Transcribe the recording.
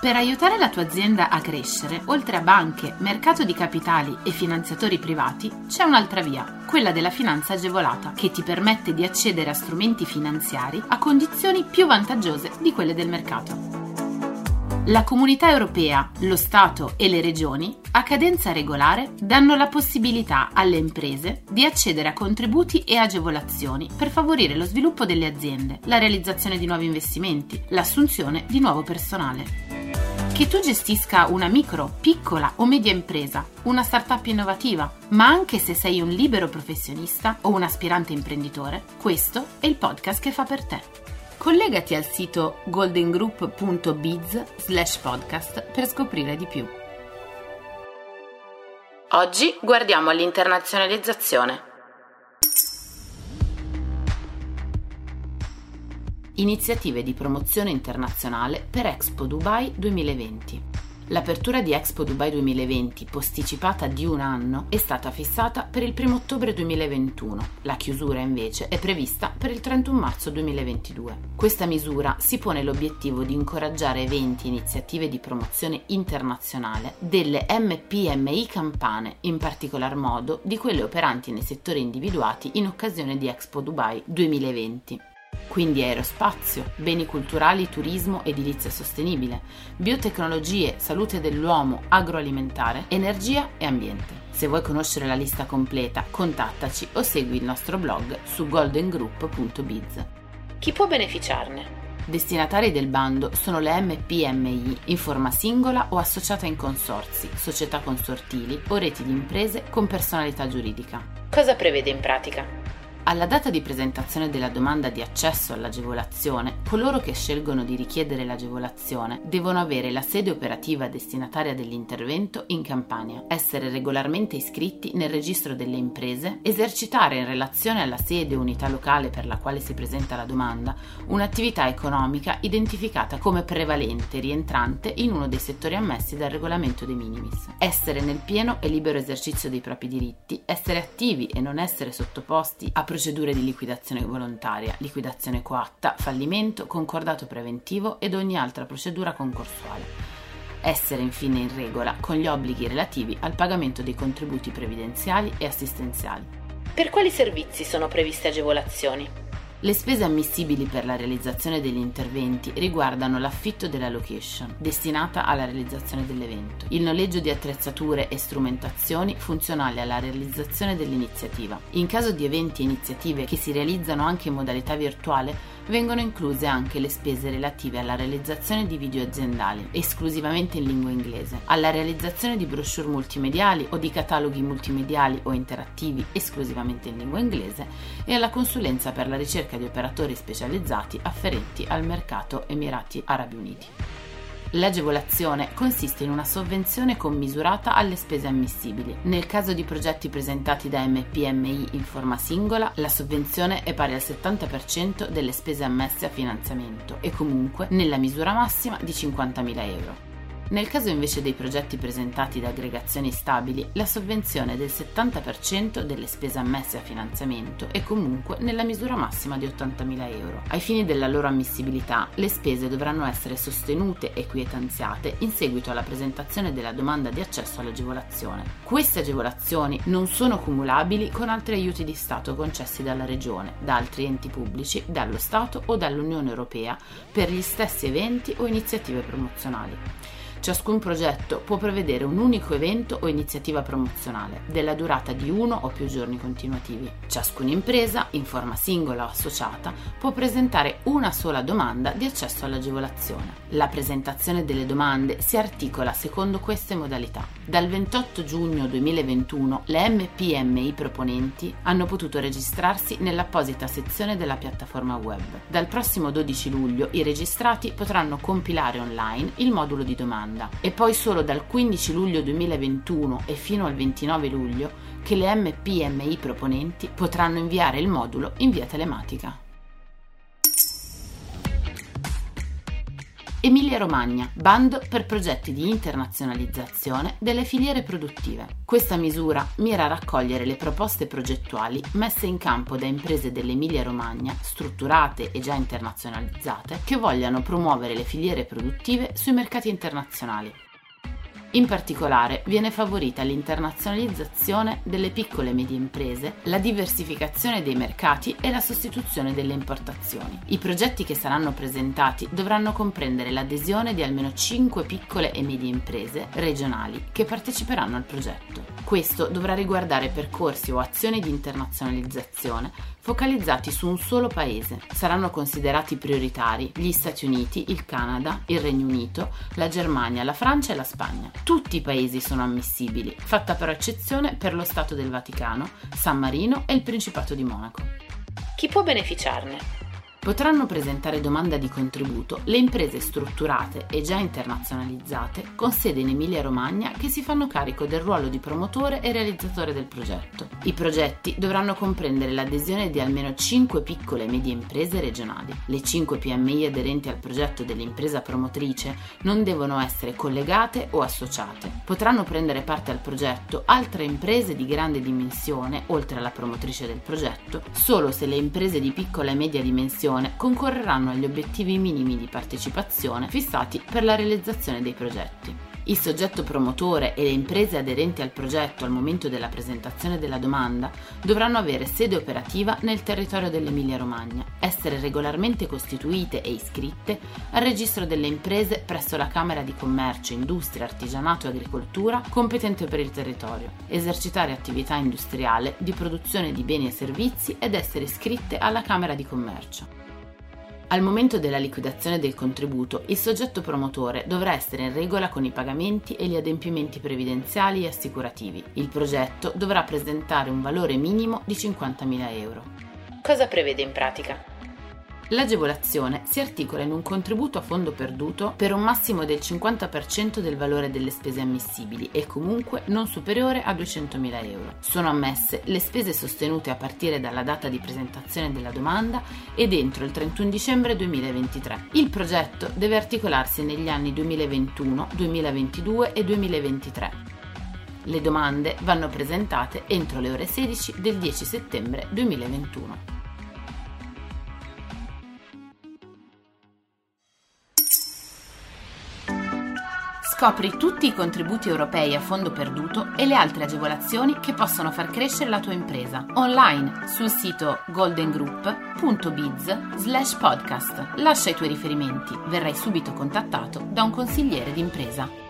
Per aiutare la tua azienda a crescere, oltre a banche, mercato di capitali e finanziatori privati, c'è un'altra via, quella della finanza agevolata, che ti permette di accedere a strumenti finanziari a condizioni più vantaggiose di quelle del mercato. La Comunità Europea, lo Stato e le Regioni, a cadenza regolare, danno la possibilità alle imprese di accedere a contributi e agevolazioni per favorire lo sviluppo delle aziende, la realizzazione di nuovi investimenti, l'assunzione di nuovo personale. Che tu gestisca una micro, piccola o media impresa, una startup innovativa, ma anche se sei un libero professionista o un aspirante imprenditore, questo è il podcast che fa per te. Collegati al sito goldengroup.biz/podcast per scoprire di più. Oggi guardiamo all'internazionalizzazione. Iniziative di promozione internazionale per Expo Dubai 2020. L'apertura di Expo Dubai 2020, posticipata di un anno, è stata fissata per il 1 ottobre 2021. La chiusura invece è prevista per il 31 marzo 2022. Questa misura si pone l'obiettivo di incoraggiare eventi e iniziative di promozione internazionale delle MPMI campane, in particolar modo di quelle operanti nei settori individuati in occasione di Expo Dubai 2020. Quindi aerospazio, beni culturali, turismo, edilizia sostenibile, biotecnologie, salute dell'uomo, agroalimentare, energia e ambiente. Se vuoi conoscere la lista completa, contattaci o segui il nostro blog su goldengroup.biz. Chi può beneficiarne? Destinatari del bando sono le MPMI in forma singola o associata in consorzi, società consortili o reti di imprese con personalità giuridica. Cosa prevede in pratica? Alla data di presentazione della domanda di accesso all'agevolazione, coloro che scelgono di richiedere l'agevolazione devono avere la sede operativa destinataria dell'intervento in Campania, essere regolarmente iscritti nel registro delle imprese, esercitare in relazione alla sede o unità locale per la quale si presenta la domanda un'attività economica identificata come prevalente rientrante in uno dei settori ammessi dal regolamento de minimis, essere nel pieno e libero esercizio dei propri diritti, essere attivi e non essere sottoposti a procedure di liquidazione volontaria, liquidazione coatta, fallimento, concordato preventivo ed ogni altra procedura concorsuale. Essere infine in regola con gli obblighi relativi al pagamento dei contributi previdenziali e assistenziali. Per quali servizi sono previste agevolazioni? Le spese ammissibili per la realizzazione degli interventi riguardano l'affitto della location, destinata alla realizzazione dell'evento, il noleggio di attrezzature e strumentazioni funzionali alla realizzazione dell'iniziativa. In caso di eventi e iniziative che si realizzano anche in modalità virtuale, vengono incluse anche le spese relative alla realizzazione di video aziendali, esclusivamente in lingua inglese, alla realizzazione di brochure multimediali o di cataloghi multimediali o interattivi, esclusivamente in lingua inglese, e alla consulenza per la ricerca di operatori specializzati afferenti al mercato Emirati Arabi Uniti. L'agevolazione consiste in una sovvenzione commisurata alle spese ammissibili. Nel caso di progetti presentati da MPMI in forma singola, la sovvenzione è pari al 70% delle spese ammesse a finanziamento e comunque nella misura massima di 50.000 euro. Nel caso invece dei progetti presentati da aggregazioni stabili, la sovvenzione è del 70% delle spese ammesse a finanziamento e comunque nella misura massima di 80.000 euro. Ai fini della loro ammissibilità, le spese dovranno essere sostenute e quietanziate in seguito alla presentazione della domanda di accesso all'agevolazione. Queste agevolazioni non sono cumulabili con altri aiuti di Stato concessi dalla Regione, da altri enti pubblici, dallo Stato o dall'Unione Europea per gli stessi eventi o iniziative promozionali. Ciascun progetto può prevedere un unico evento o iniziativa promozionale, della durata di 1 o più giorni continuativi. Ciascuna impresa, in forma singola o associata, può presentare una sola domanda di accesso all'agevolazione. La presentazione delle domande si articola secondo queste modalità. Dal 28 giugno 2021 le MPMI proponenti hanno potuto registrarsi nell'apposita sezione della piattaforma web. Dal prossimo 12 luglio i registrati potranno compilare online il modulo di domanda e poi solo dal 15 luglio 2021 e fino al 29 luglio che le MPMI proponenti potranno inviare il modulo in via telematica. Emilia-Romagna, bando per progetti di internazionalizzazione delle filiere produttive. Questa misura mira a raccogliere le proposte progettuali messe in campo da imprese dell'Emilia-Romagna, strutturate e già internazionalizzate, che vogliano promuovere le filiere produttive sui mercati internazionali. In particolare viene favorita l'internazionalizzazione delle piccole e medie imprese, la diversificazione dei mercati e la sostituzione delle importazioni. I progetti che saranno presentati dovranno comprendere l'adesione di almeno 5 piccole e medie imprese regionali che parteciperanno al progetto. Questo dovrà riguardare percorsi o azioni di internazionalizzazione focalizzati su un solo paese. Saranno considerati prioritari gli Stati Uniti, il Canada, il Regno Unito, la Germania, la Francia e la Spagna. Tutti i paesi sono ammissibili, fatta però eccezione per lo Stato del Vaticano, San Marino e il Principato di Monaco. Chi può beneficiarne? Potranno presentare domanda di contributo le imprese strutturate e già internazionalizzate con sede in Emilia-Romagna che si fanno carico del ruolo di promotore e realizzatore del progetto. I progetti dovranno comprendere l'adesione di almeno 5 piccole e medie imprese regionali. Le 5 PMI aderenti al progetto dell'impresa promotrice non devono essere collegate o associate. Potranno prendere parte al progetto altre imprese di grande dimensione, oltre alla promotrice del progetto, solo se le imprese di piccola e media dimensione concorreranno agli obiettivi minimi di partecipazione fissati per la realizzazione dei progetti. Il soggetto promotore e le imprese aderenti al progetto al momento della presentazione della domanda dovranno avere sede operativa nel territorio dell'Emilia-Romagna, essere regolarmente costituite e iscritte al registro delle imprese presso la Camera di Commercio, Industria, Artigianato e Agricoltura competente per il territorio, esercitare attività industriale di produzione di beni e servizi ed essere iscritte alla Camera di Commercio. Al momento della liquidazione del contributo, il soggetto promotore dovrà essere in regola con i pagamenti e gli adempimenti previdenziali e assicurativi. Il progetto dovrà presentare un valore minimo di 50.000 euro. Cosa prevede in pratica? L'agevolazione si articola in un contributo a fondo perduto per un massimo del 50% del valore delle spese ammissibili e comunque non superiore a 200.000 euro. Sono ammesse le spese sostenute a partire dalla data di presentazione della domanda ed entro il 31 dicembre 2023. Il progetto deve articolarsi negli anni 2021, 2022 e 2023. Le domande vanno presentate entro le ore 16 del 10 settembre 2021. Scopri tutti i contributi europei a fondo perduto e le altre agevolazioni che possono far crescere la tua impresa online sul sito goldengroup.biz/podcast. Lascia i tuoi riferimenti, verrai subito contattato da un consigliere d'impresa.